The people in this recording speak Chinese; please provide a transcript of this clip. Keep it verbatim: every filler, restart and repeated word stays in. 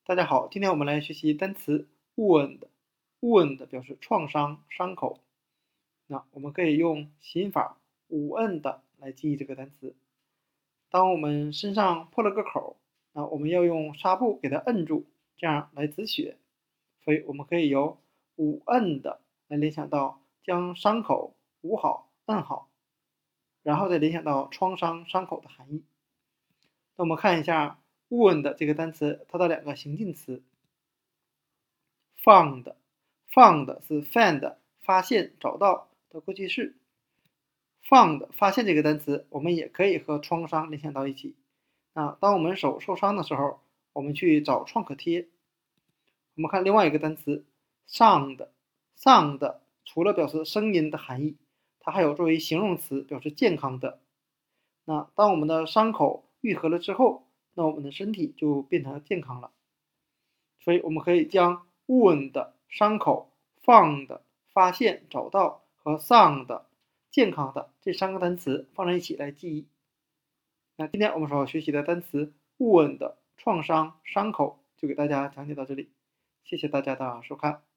大家好，今天我们来学习单词 wound。wound 表示创伤、伤口。那我们可以用心法 wound 来记忆这个单词。当我们身上破了个口，那我们要用纱布给它摁住，这样来止血。所以我们可以由 wound 来联想到将伤口捂好、摁好，然后再联想到创伤、伤口的含义。那我们看一下 wound 这个单词，它的两个形近词。found found 是 find 发现找到的过去式。found 发现这个单词，我们也可以和创伤联想到一起。那当我们手受伤的时候，我们去找创可贴。我们看另外一个单词 sound sound 除了表示声音的含义，它还有作为形容词表示健康的。那当我们的伤口愈合了之后，那我们的身体就变成健康了。所以我们可以将 wound 伤口、found 发现找到和 sound 健康的这三个单词放在一起来记忆。那今天我们所学习的单词 wound 创伤、伤口就给大家讲解到这里，谢谢大家的收看。